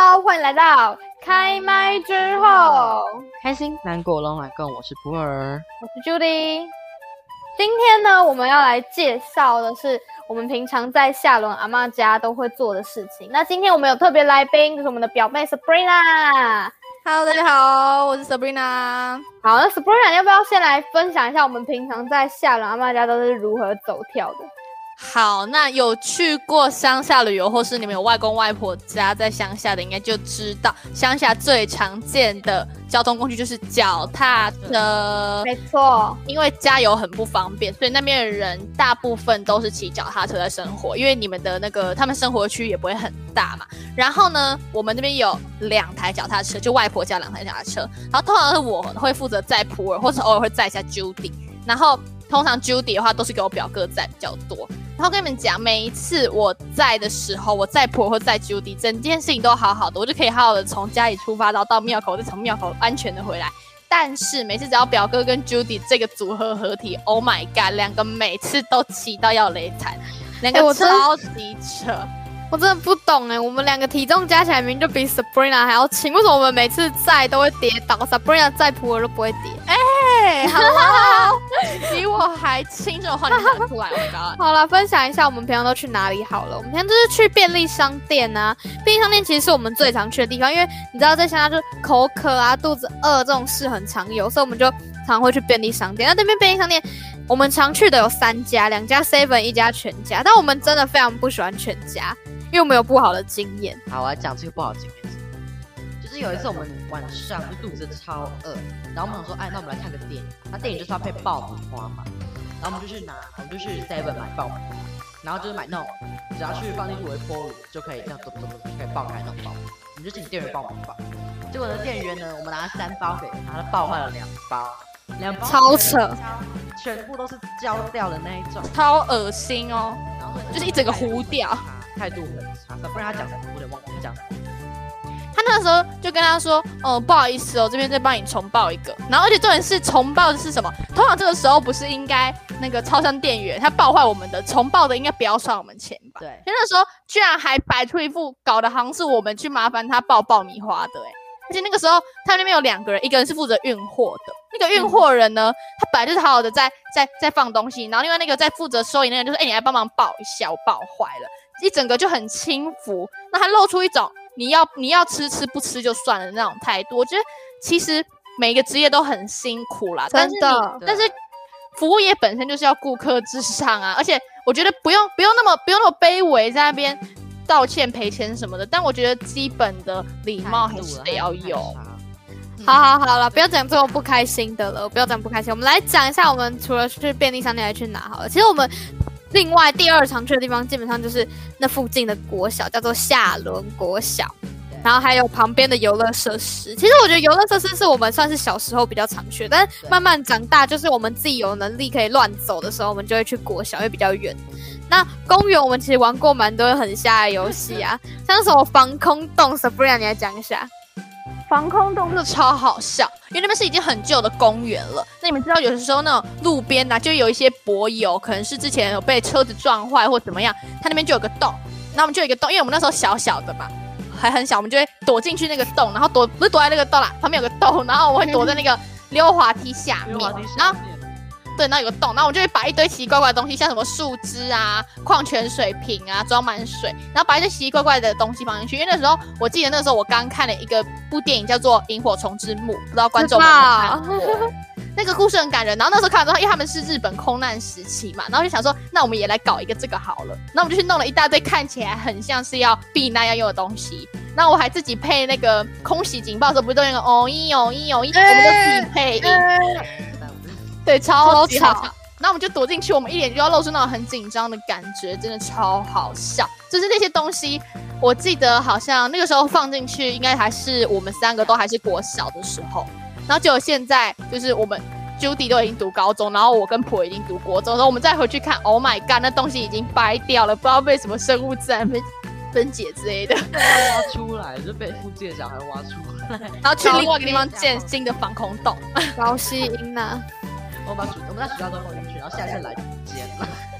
好，欢迎来到开麦之后， 开心难过龙来共，我是普洱， 我是 Judy。今天呢，我们要来介绍的是我们平常在夏伦阿嬷家都会做的事情。那今天我们有特别来宾，就是我们的表妹 Sabrina。Hello， 大家好，我是 Sabrina。 好，那 Sabrina 要不要先来分享一下我们平常在夏伦阿嬷家都是如何走跳的？ 好，那有去过乡下旅游，或是你们有外公外婆家在乡下的，应该就知道乡下最常见的交通工具就是脚踏车。 没错， 因为加油很不方便，所以那边的人大部分都是骑脚踏车在生活。因为你们的那个他们生活区也不会很大嘛。然后呢，我们那边有2台脚踏车，就外婆家2台脚踏车。然后通常是我会负责载普洱，或是偶尔会载一下 Judy。然后通常 Judy 的话都是给我表哥载比较多。然后跟你们讲，每一次我在的时候，我载普洱或载 Judy， 整件事情都好好的，我就可以好好的从家里出发到庙口，再从庙口安全的回来。但是每次只要表哥跟 Judy 这个组合合体 ，Oh my god， 2个每次都骑到要雷惨，2个超级扯。 我真的不懂我们2个体重加起来明明就比 Sabrina 还要轻，为什么我们每次载都会跌倒 ？Sabrina 载普洱都不会跌。 好啦，比我还轻，这种话你讲出来，我刚好了，分享一下我们平常都去哪里好了。我们平常就是去便利商店啊，便利商店其实是我们最常去的地方，因为你知道在乡下就是口渴啊、肚子饿这种事很常有，所以我们就常会去便利商店。那这边便利商店我们常去的有3家，2家 Seven， 1家全家，但我们真的非常不喜欢全家，因为我们有不好的经验。 好，我来讲这个不好的经验。就是有一次我们晚上就肚子超饿，然后我们想说，那我们来看个电影。那电影就是要配爆米花嘛，然后我们就去 Seven 买爆米花，然后就是买那种只要去放进去微波炉就可以这样咚咚咚就可以爆开那种爆米花，我们就请店员帮我们爆。结果呢，店员呢，我们拿了3包给他，他爆坏了2包，2包超扯， 全部都是焦掉的那一种， 超恶心哦，然后就是一整个糊掉， 态度很差。不然他讲什么，我有点忘记他讲什么。 他那时候就跟他说，不好意思哦，这边再帮你重报一个。然后而且重点是重报的是什么？通常这个时候不是应该那个超商店员他爆坏我们的，重报的应该不要算我们钱吧？ 对。 因为那时候居然还摆出一副搞得好像是我们去麻烦他爆爆米花的而且那个时候他那边有2个人，一个人是负责运货的，那个运货人呢，他本来就是好好的在放东西，然后另外那个在负责收银那个人就说，你来帮忙爆一下，我爆坏了，一整个就很轻浮。那他露出一种你要吃不吃就算了的那种态度。我觉得其实每一个职业都很辛苦啦，但是服务业本身就是要顾客至上啊，而且我觉得不用那么卑微，在那边道歉赔钱什么的，但我觉得基本的礼貌还是得要有。 好了，不要讲这么不开心的了，不要讲不开心。我们来讲一下，我们除了去便利商店还去哪好了。其实我们另外第2常去的地方，基本上就是那附近的国小，叫做夏伦国小，然后还有旁边的游乐设施。其实我觉得游乐设施是我们算是小时候比较常去的，但是慢慢长大，就是我们自己有能力可以乱走的时候，我们就会去国小，因为比较远。那公园我们其实玩过蛮多很瞎的游戏啊，像什么防空洞 ，Sabrina 你来讲一下。 防空洞真的超好笑，因为那边是已经很旧的公园了。那你们知道，有的时候那种路边啊，就有一些柏油，可能是之前有被车子撞坏或怎么样，它那边就有个洞。那我们就有一个洞，因为我们那时候小小的嘛，还很小，我们就会躲进去那个洞，然后不是躲在那个洞啦，旁边有个洞，然后我会躲在那个溜滑梯下面，然后。对，然后有个洞，然后我就会把一堆奇奇怪怪的东西，像什么树枝啊、矿泉水瓶啊，装满水，然后把一堆奇奇怪怪的东西放进去。因为那时候我记得那时候我刚看了一个部电影叫做《萤火虫之墓》，不知道观众有没有看过？那个故事很感人。然后那时候看到，因为他们是日本空难时期嘛，然后就想说，那我们也来搞一个这个好了。那我们就去弄了一大堆看起来很像是要避难要用的东西。那我还自己配那个空袭警报的时候，不是都那个哦一哦一哦一，我们就自己配音。对，超级好笑。那我们就躲进去，我们一脸就要露出那种很紧张的感觉，真的超好笑。就是那些东西，我记得好像那个时候放进去，应该还是我们3个都还是国小的时候。然后结果现在就是我们 Judy 都已经读高中，然后我跟普已经读国中，然后我们再回去看 ，Oh my god， 那东西已经掰掉了，不知道被什么生物自然分解之类的， 挖出来就被附近的小孩挖出来， 然后去另外一个地方建新的防空洞， 高希音呐。 我们在暑假都放进去，然后下次来不见了。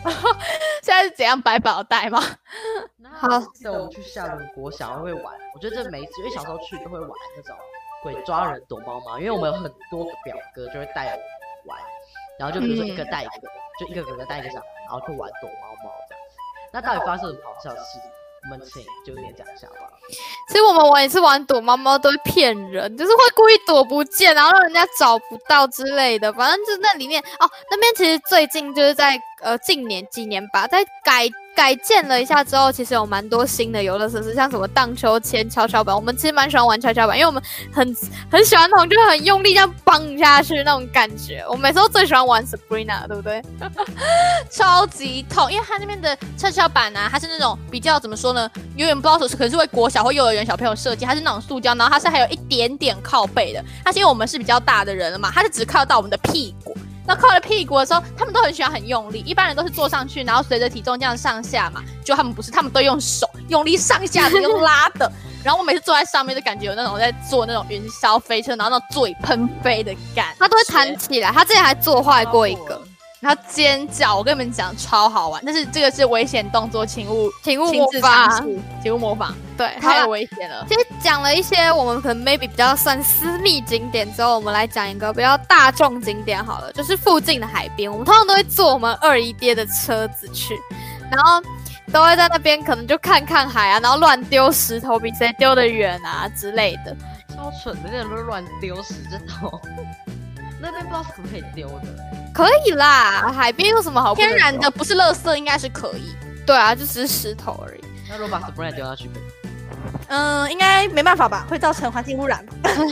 现在是怎样百宝袋吗？ 好记得我们去厦门国小会玩，我觉得这每一次因为小时候去都会玩那种鬼抓人躲猫猫，因为我们有很多个表哥就会带我们玩，然后就比如说一个带一个，就一个哥哥带一个小孩，然后去玩躲猫猫这样子。那到底发生什么好笑的事？我们请9点讲一下吧。 其实我们每次玩躲猫猫都会骗人，就是会故意躲不见，然后让人家找不到之类的。反正就是那里面哦，那边其实最近就是在近年几年吧，在改建了一下之后，其实有蛮多新的游乐设施，像什么荡秋千、跷跷板。我们其实蛮喜欢玩跷跷板，因为我们很喜欢那种就很用力这样绑下去那种感觉。我每次都最喜欢玩 Sabrina， 对不对？ 超级痛，因为它那边的跷跷板啊，它是那种比较怎么说呢，有点不知道可能是为国小或幼儿园小朋友设计，它是那种塑胶，然后它是还有一点点靠背的。它是因为我们是比较大的人了嘛，它是只靠到我们的屁股。那靠了屁股的时候，他们都很喜欢很用力，一般人都是坐上去，然后随着体重这样上下嘛。就他们不是，他们都用手用力上下的，用拉的。然后我每次坐在上面，就感觉有那种在坐那种云霄飞车，然后那种嘴喷飞的感觉， 它都会弹起来。他之前还做坏过一个。 然后尖叫，我跟你们讲超好玩，但是这个是危险动作，请勿模仿， 请勿模仿， 对， 太危险了。 其实讲了一些我们可能 maybe 比较算私密景点之后，我们来讲一个比较大众景点好了，就是附近的海边，我们通常都会坐我们二姨爹的车子去，然后都会在那边可能就看看海啊，然后乱丢石头，比谁丢得远啊之类的。 超蠢的，那人都乱丢石头。那边不知道是可不可以丢的。 可以啦，海边有什么好不能丢？ 天然的不是垃圾，应该是可以。 对啊，就只是石头而已。 那如果把 Sabrina 丢下去， 应该没办法吧，会造成环境污染。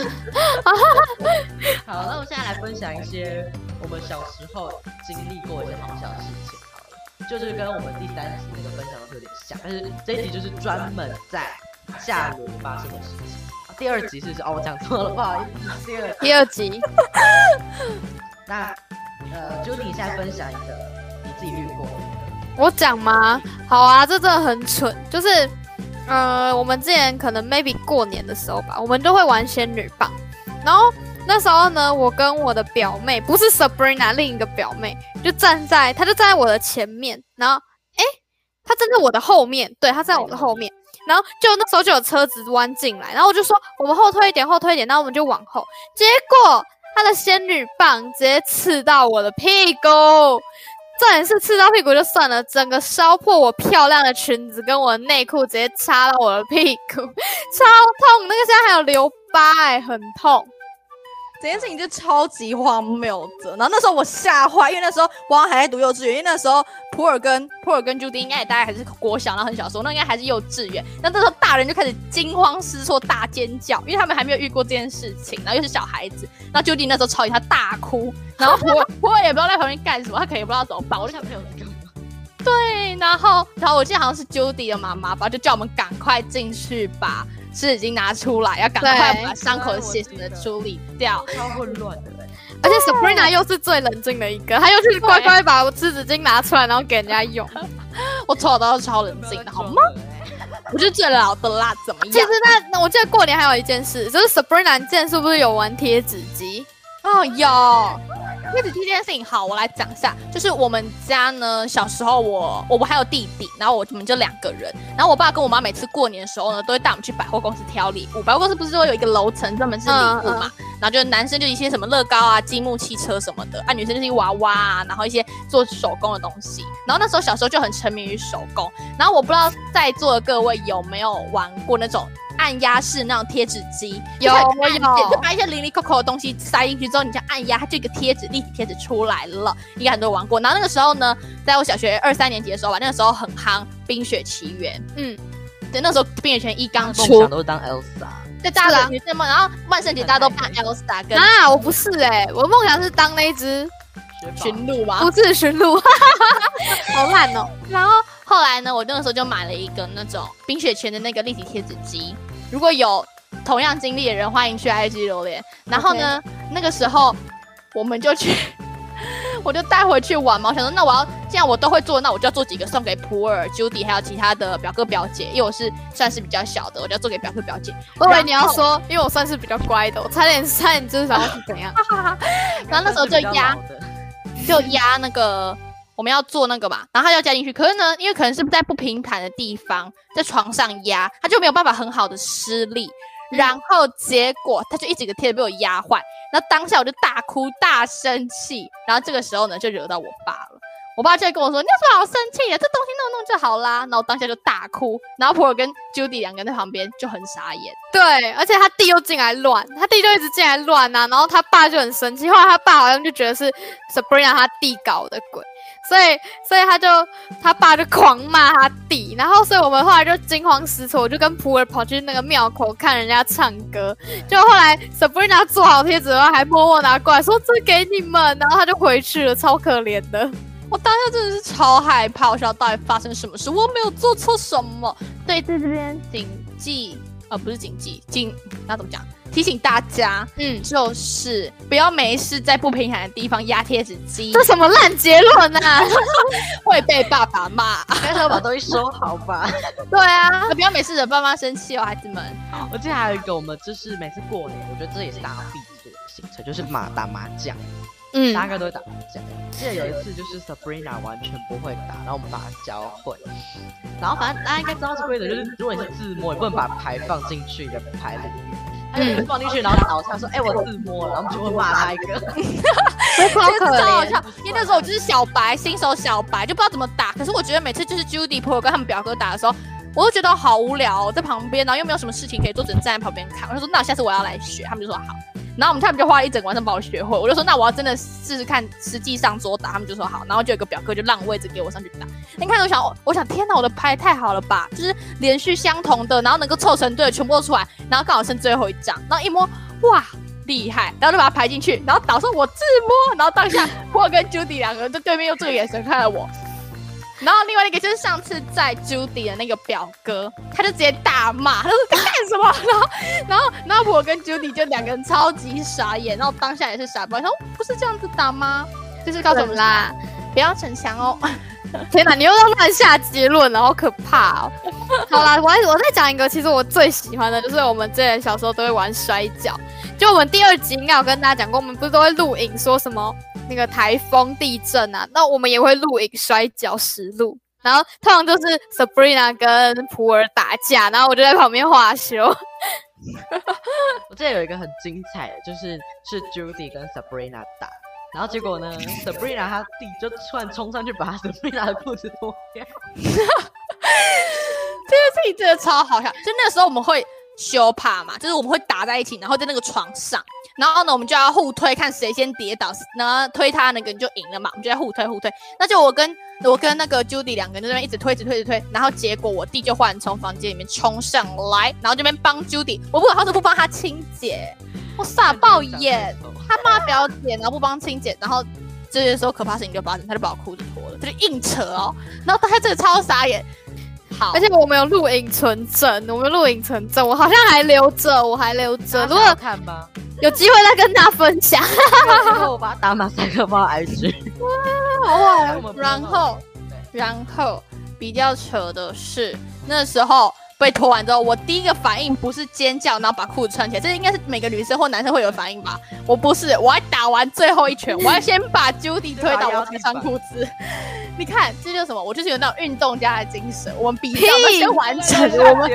好，那我现在来分享一些我们小时候经历过一些好笑的事情。好了，就是跟我们第3集那个分享的有点像，但是这一集就是专门在厦门发生的事情。第2集是我讲错了，不好意思。 第二集。 那Judy 你现在分享一个你自己遇过的。 我讲吗？好啊，这真的很蠢。就是，我们之前可能 maybe 过年的时候吧，我们就会玩仙女棒。然后那时候呢，我跟我的表妹，不是 Sabrina， 另一个表妹，她就站在我的前面，然后她站在我的后面，对，她站在我的后面。然后就那时候就有车子弯进来，然后我就说我们后退一点，然后我们就往后。结果她的仙女棒直接刺到我的屁股，重点是刺到屁股就算了，整个烧破我漂亮的裙子跟我的内裤，直接插到我的屁股，超痛！那个现在还有留疤很痛。 整件事情就超级荒谬的，然后那时候我吓坏，因为那时候我好像还在读幼稚园，因为那时候普尔跟 Judy 应该也大概还是国小，然后很小的时候，那应该还是幼稚园。那时候大人就开始惊慌失措、大尖叫，因为他们还没有遇过这件事情，然后又是小孩子。然后 Judy 那时候超级他大哭，然后普尔也不知道在旁边干什么，他可能也不知道怎么办。我就想朋友在干嘛？对，然后我记得好像是 Judy 的妈妈吧，就叫我们赶快进去把湿纸巾拿出来，要赶快把伤口的血什么的处理掉， 超混乱的。 而且 Sabrina 又是最冷静的一个，她又去乖乖把湿纸巾拿出来，然后给人家用。 我从小都是超冷静的，好吗？我是最老的啦，怎么样？ 其实那我记得过年还有一件事，就是 Sabrina 你之前是不是有玩贴纸机？ 哦，有。贴纸机这件事情，好，我来讲一下。就是我们家呢，小时候我还有弟弟，然后我们就2个人。然后我爸跟我妈每次过年的时候呢，都会带我们去百货公司挑礼物。百货公司不是说有一个楼层专门是礼物嘛？然后就男生就一些什么乐高啊、积木汽车什么的，女生就是一娃娃啊，然后一些做手工的东西。然后那时候小时候就很沉迷于手工。然后我不知道在座的各位有没有玩过那种按压式那种贴纸机？ 有，我有， 就把一些零零扣扣的东西塞进去之后，你这样按压，它就一个贴纸立体贴纸出来了。应该很多人玩过。然后那个时候呢，在我小学2、3年级的时候吧，那个时候很夯《冰雪奇缘》。对，那时候《冰雪奇缘1》刚出， 梦想都是当 Elsa。 对，大家的女生们，然后万圣节大家都扮 Elsa 跟我不是我梦想是当那一只驯鹿吗？ 不是驯鹿，好烂哦。 然后后来呢，我那个时候就买了一个那种冰雪奇缘的那个立体贴纸机。如果有同样经历的人，欢迎去 IG 留言。然后呢，那个时候我们就去，我就带回去玩嘛。我想说，那既然我都会做，那我就要做几个送给普尔、Judy 还有其他的表哥表姐，因为我是算是比较小的，我就要做给表哥表姐。 我以为你要说，因为我算是比较乖的，我差点就是想要是怎样。 然后那时候就压那个我们要做那个嘛，然后他就要加进去，可是呢，因为可能是在不平坦的地方，在床上压，他就没有办法很好的施力，然后结果他就一整个贴被我压坏，然后当下我就大哭大生气，然后这个时候呢就惹到我爸了。我爸就会跟我说：“你有什么好生气的？这东西弄弄就好啦。”然后我当下就大哭，然后普洱跟 Judy 两个人在旁边就很傻眼。 对，而且他弟又进来乱，他弟就一直进来乱啊，然后他爸就很生气。后来他爸好像就觉得是 Sabrina 他弟搞的鬼，所以他爸就狂骂他弟，然后所以我们后来就惊慌失措，我就跟普洱跑去那个庙口看人家唱歌，就后来 Sabrina 做好贴纸后还默默拿过来说这给你们，然后他就回去了，超可怜的。 我当下真的是超害怕，我想到底发生什么事，我没有做错什么。对，在这边不是警惕，那怎么讲？提醒大家，就是不要没事在不平坦的地方压贴纸机。 这什么烂结论啊！ 会被爸爸骂。 该是要把东西收好吧？ 对啊，不要没事惹爸妈生气哦，孩子们。 我记得还有一个，我们就是每次过年，我觉得这也是大家必做的行程，就是打麻将。大家都会打麻将。记得有一次就是 Sabrina 完全不会打，然后我们把她教会。然后反正大家应该知道这规则，就是如果你是自摸，你不能把牌放进去你的牌里面。他就放进去，然后倒下说：“我自摸了。”然后我们就会骂他一个， 超可怜。 因为那时候我就是小白，新手小白，就不知道怎么打。可是我觉得每次就是 Judy 朋友跟他们表哥打的时候，我都觉得好无聊在旁边，然后又没有什么事情可以做，只能站在旁边看。我就说：“那下次我要来学。”他们就说：“好。”然后他们就花了一整个晚上把我学会，我就说那我要真的试试看，实际上桌打，他们就说好，然后就有个表哥就让位置给我上去打。你看，我想，天哪，我的牌太好了吧，就是连续相同的，然后能够凑成对，全部都出来，然后刚好剩最后一张，然后一摸，哇，厉害，然后就把它排进去，然后导说我自摸，然后当下我跟 Judy 两个人在对面用这个眼神看着我。然后另外一个就是上次在 Judy 的那个表哥，他就直接大骂，他说在干什么？然后我跟 Judy 就两个人超级傻眼，然后当下也是傻爆，说不是这样子打吗？就是告诉我们啦，不要逞强哦。 天哪，你又要乱下结论了，好可怕哦！好啦，我再讲一个，其实我最喜欢的就是我们之前小时候都会玩摔跤，就我们第2集应该有跟大家讲过，我们不是都会录影说什么那个台风、地震啊，那我们也会录影摔跤实录，然后通常就是 Sabrina 跟普洱打架，然后我就在旁边画休。 我记得有一个很精彩的，是 Judy 跟 Sabrina 打。然后结果呢 ，Sabrina 她弟就突然冲上去把 Sabrina 的裤子脱掉。这件事情真的超好笑，就那时候我们会羞怕嘛，就是我们会打在一起，然后在那个床上，然后呢我们就要互推，看谁先跌倒，然后推他那个人就赢了嘛，我们就在互推。那就我跟那个 Judy 两个人在那边一直推，然后结果我弟就忽然从房间里面冲上来，然后这边帮 Judy， 我不管他是不帮他清洁，我傻爆眼，他骂表姐，然后不帮清洁，然后这时候可怕事情就发生，他就把我裤子脱了，他就硬扯哦，然后他这个超傻眼。好， 而且我们有录影存证，我好像还留着，如果看吧， 有机会再跟大家分享。 我把它打马赛克放到 IG。 好玩。然后比较扯的是，那时候被拖完之后，我第一个反应不是尖叫，然后把裤子穿起来，这应该是每个女生或男生会有反应吧？我不是，我还打完最后一拳，我要先把 Judy 推倒，我才穿裤子。你看，这就是什么？我就是有那种运动家的精神。我们比赛我们先完成，我们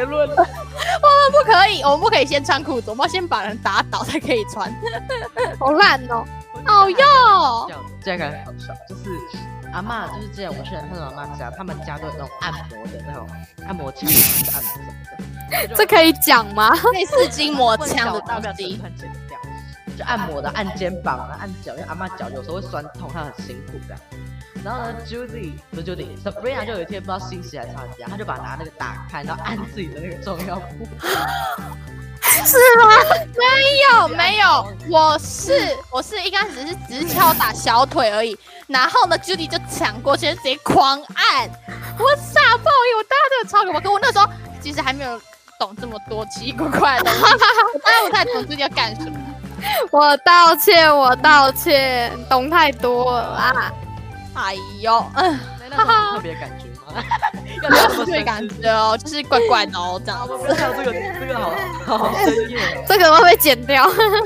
不可以先穿裤子，我们要先把人打倒才可以穿。 好烂哦！ 哦哟， 这样感觉好笑，就是阿嬷，就是之前我们去那种阿嬷家，他们家都有那种按摩的那种按摩枪，按摩什么的。 这可以讲吗？ 类似筋膜枪的东西。 就按摩的，按肩膀啊，按脚，因为阿嬷脚有时候会酸痛，她很辛苦这样。然后呢 ，Sabrina 就有一天不知道心血来潮怎样，她就把拿那个打开，然后按自己的那个重要部位。 是吗？ 没有，我是一开始是只是敲打小腿而已，然后呢 Judy 就抢过去，直接狂按，我傻爆眼，我大家都有超可怕，可我那时候其实还没有懂这么多奇奇怪怪的东西，我大概不太懂自己要干什么。 我道歉，懂太多了啦。 哎呦， 那时候特别感觉吗？ 有没有特别感觉哦？就是怪怪的哦，这样。 这个好深夜哦。 这个会被剪掉。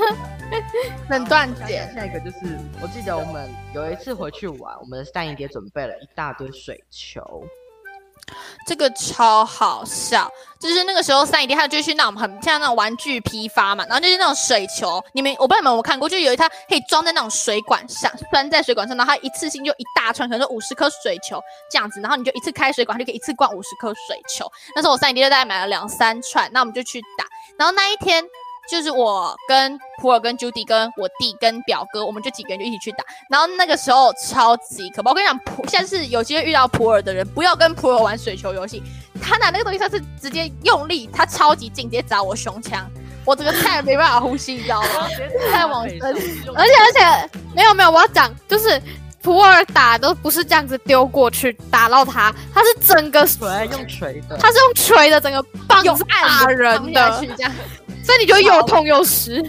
很断简。 下一个就是，我记得我们有一次回去玩，我们的三姨爹准备了一大堆水球。 这个超好笑，就是那个时候三姨爹他就去那种很像那种玩具批发嘛，然后就是那种水球，我不知道你们有没有看过，就有一它可以装在那种水管上，拴在水管上，然后它一次性就一大串，可能说50颗水球这样子，然后你就一次开水管，它就可以一次灌50颗水球。那时候我三姨爹就大概买了2-3串，那我们就去打，然后那一天。就是我跟普洱跟 Judy 跟我弟跟表哥，我们就几个人就一起去打。然后那个时候超级可怕，我跟你讲，下次有机会遇到普洱的人，不要跟普洱玩水球游戏。他拿那个东西，他是直接用力，他超级近，直接砸我胸腔，我这个太没办法呼吸，你知道吗？太往深。 而且没有，我要讲就是。普洱打都不是这样子丢过去打到他，他是整个用锤的， 他是用锤的整个棒子打人的， 这样， 所以你就又痛又湿。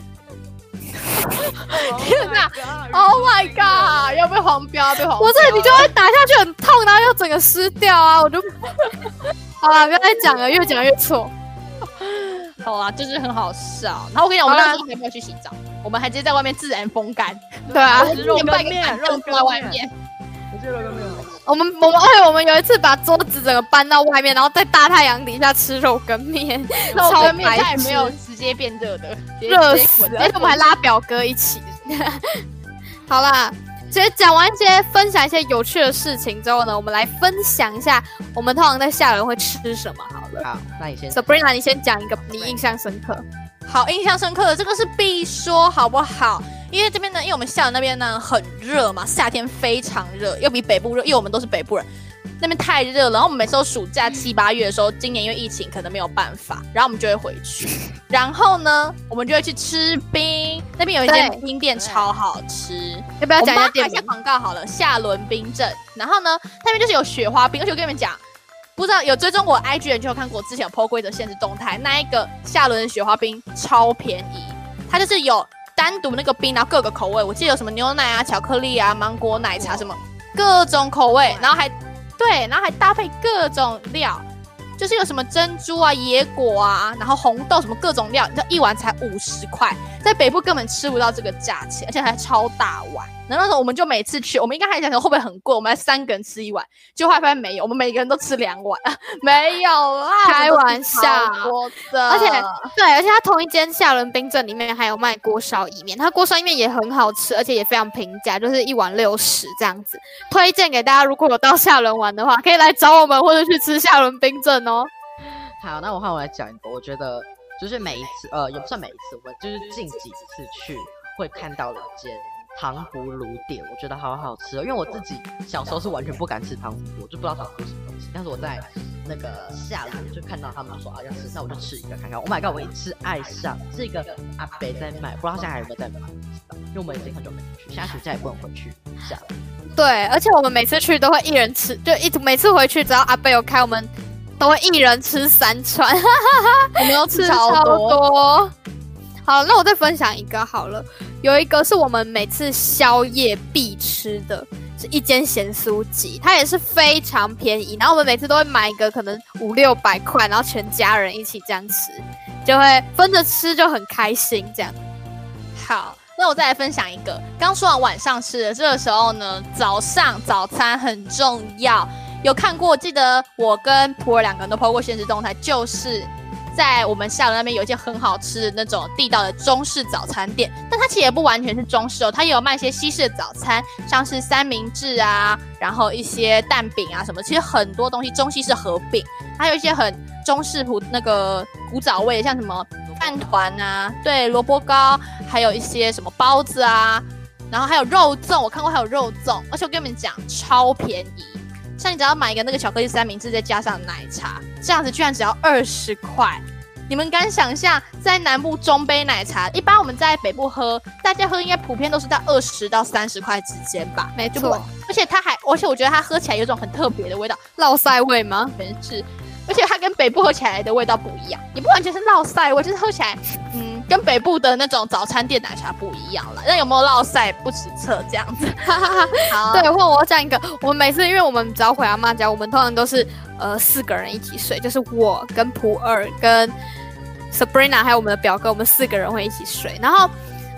天哪 ！Oh my god！ 要被黄标，被黄标！ 不是，你就会打下去很痛，然后又整个湿掉啊！我就好啦，不要再讲了，越讲越错。 好啦，就是很好笑。然后我跟你讲，我们那时候还没有去洗澡，我们还直接在外面自然风干。 对啊， 肉跟面，肉在外面。 我记得肉跟面。 我们有一次把桌子整个搬到外面，然后在大太阳底下吃肉跟面， 肉跟面它也没有直接变热的， 热死！而且我们还拉表哥一起。好啦。其实讲完一些分享一些有趣的事情之后呢，我们来分享一下我们通常在夏人会吃什么好了。 好，那你先 Sabrina 你先讲一个你印象深刻。 好，印象深刻的这个是必说好不好？因为这边呢，因为我们夏人那边呢很热嘛，夏天非常热，又比北部热，因为我们都是北部人。那边太热了，然后我们每次都暑假7-8月的时候，今年因为疫情可能没有办法，然后我们就会回去，然后呢，我们就会去吃冰，那边有一间冰店超好吃， 要不要讲一下店名？ 打一下广告好了，夏伦冰镇，然后呢，那边就是有雪花冰，而且我跟你们讲，不知道有追踪我 IG 人就有看过，之前有 po 过一则限时动态，那一个夏伦雪花冰超便宜，它就是有单独那个冰，然后各个口味，我记得有什么牛奶啊、巧克力啊、芒果奶茶什么各种口味，然后还搭配各种料，就是有什么珍珠啊、野果啊，然后红豆什么各种料，你知道一碗才50块，在北部根本吃不到这个价钱，而且还超大碗。然后那时候我们就每次去，我们应该还想说会不会很贵，我们来3个人吃1碗，结果后来发现没有，我们每个人都吃2碗，没有啦， 开玩笑。 而且它同一间夏伦冰镇里面还有卖锅烧意面，它锅烧意面也很好吃，而且也非常平价，就是1碗60这样子。推荐给大家，如果有到夏伦玩的话，可以来找我们或者去吃夏伦冰镇哦。 好，那我来讲一个，我觉得就是每一次，也不算每一次，我就是近几次去会看到的一间糖葫芦店，我觉得好好吃哦。因为我自己小时候是完全不敢吃糖葫芦，我就不知道糖葫芦是什么东西。但是我在那个夏伦就看到他们说要吃，那我就吃一个看看。Oh my god！ 我一吃爱上，是一个阿伯在卖，不知道现在还有没有在卖，不知道。因为我们已经很久没去，现在暑假也不能回去夏伦。 对，而且我们每次去都会一人吃，就每次回去只要阿伯有开，我们都会一人吃3串， 我们都吃超多。好，那我再分享一个好了，有一个是我们每次宵夜必吃的，是一间咸酥鸡，它也是非常便宜，然后我们每次都会买一个可能500-600块，然后全家人一起这样吃，就会分着吃，就很开心这样。 好，那我再来分享一个，刚说完晚上吃的，这个时候呢，早餐很重要。有看过，记得我跟普洱2个人都 po 过现实动态，就是在我们夏伦那边有一间很好吃的那种地道的中式早餐店，但它其实也不完全是中式哦，它也有卖一些西式的早餐，像是三明治啊，然后一些蛋饼啊什么，其实很多东西中西式合并，还有一些很中式那个古早味，像什么饭团啊，对，萝卜糕，还有一些什么包子啊，然后还有肉粽，我看过还有肉粽，而且我跟你们讲超便宜。像你只要买一个那个巧克力三明治，再加上奶茶，这样子居然只要20块。你们敢想象，在南部中杯奶茶，一般我们在北部喝，大家喝应该普遍都是在20到30块之间吧？ 没错。而且我觉得它喝起来有一种很特别的味道， 烙塞味吗？ 全是。而且它跟北部喝起来的味道不一样，也不完全是烙塞味，就是喝起来，跟北部的那种早餐店奶茶不一样了。那有没有烙塞不实测这样子？ 好，对，换我讲一个。我们每次因为我们只要回阿嬷家，我们通常都是4个人一起睡，就是我跟普洱跟 Sabrina 还有我们的表哥，我们4个人会一起睡。然后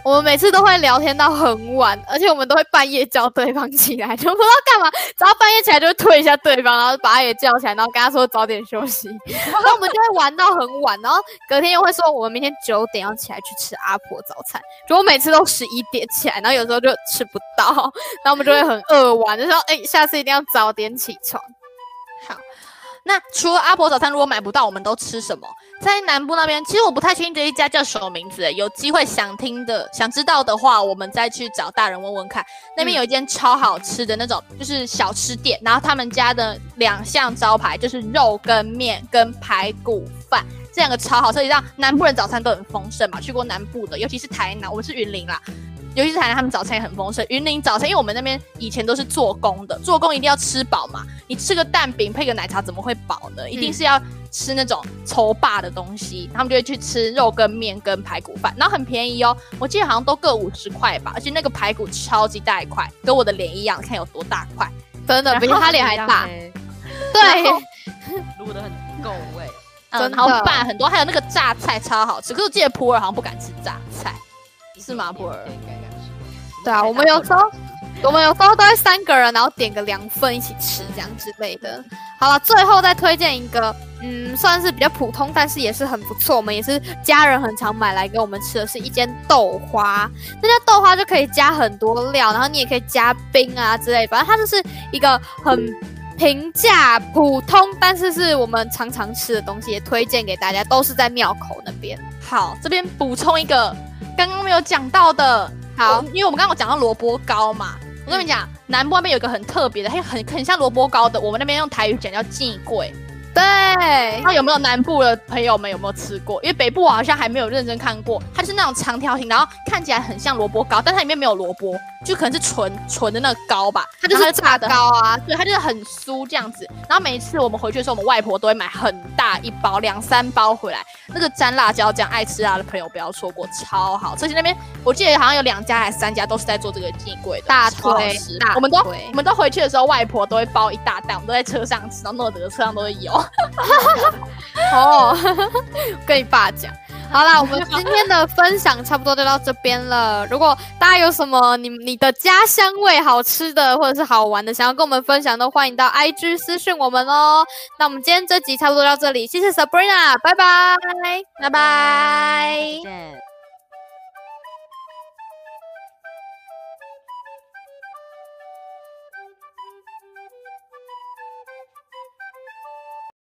我们每次都会聊天到很晚，而且我们都会半夜叫对方起来，就不知道干嘛，只要半夜起来就会推一下对方，然后把他也叫起来，然后跟他说早点休息，然后我们就会玩到很晚，然后隔天又会说我们明天9点要起来去吃阿婆早餐，就我每次都11点起来，然后有时候就吃不到，然后我们就会很饿玩，就说下次一定要早点起床。 好，那除了阿婆早餐，如果买不到，我们都吃什么？在南部那边，其实我不太确定这一家叫什么名字，有机会想知道的话，我们再去找大人问问看。那边有一间超好吃的那种，就是小吃店，然后他们家的2项招牌就是肉跟面跟排骨饭，这2个超好吃，让南部人早餐都很丰盛嘛。去过南部的，尤其是台南，我们是云林啦。尤其是台南，他们早餐也很丰盛。云林早餐，因为我们那边以前都是做工的，做工一定要吃饱嘛。你吃个蛋饼配个奶茶，怎么会饱呢？一定是要吃那种稠霸的东西。他们就会去吃肉跟面跟排骨饭，然后很便宜哦。我记得好像都各50块吧，而且那个排骨超级大一块，跟我的脸一样，看有多大块， 真的比他脸还大。对， 卤得很够味， 真的然后饭很多，还有那个榨菜超好吃。可是我记得普洱好像不敢吃榨菜。是吗？普洱应该是。 对啊，我们有时候都会3个人，然后点个2份一起吃，这样之类的。好了，最后再推荐一个，算是比较普通，但是也是很不错。我们也是家人很常买来给我们吃的，是一间豆花。那家豆花就可以加很多料，然后你也可以加冰啊之类的，反正它就是一个很平价、普通，但是是我们常常吃的东西，也推荐给大家，都是在庙口那边。 好，这边补充一个。刚刚没有讲到的， 好， 因为我们刚刚有讲到萝卜糕嘛，我跟你们讲，南部那边有一个很特别的，很像萝卜糕的，我们那边用台语讲叫寄桂。 对， 那有没有南部的朋友们有没有吃过？因为北部我好像还没有认真看过，它是那种长条形，然后看起来很像萝卜糕，但它里面没有萝卜，就可能是纯的那个糕吧， 它就是炸糕啊， 对，它就是很酥这样子。然后每一次我们回去的时候，我们外婆都会买很大一包，2、3包回来。那个沾辣椒酱，爱吃辣的朋友不要错过，超好。而且那边我记得好像有2家还是3家都是在做这个寄桂的， 大推。我们都回去的时候，外婆都会包一大袋，我们都在车上吃，然后弄得车上都会有。 哦，跟你爸讲。好啦，我们今天的分享差不多就到这边了。如果大家有什么你的家乡味好吃的或者是好玩的，想要跟我们分享，都欢迎到 IG 私讯我们哦。那我们今天这集差不多到这里，谢谢 Sabrina， 拜拜， 拜拜， 再见。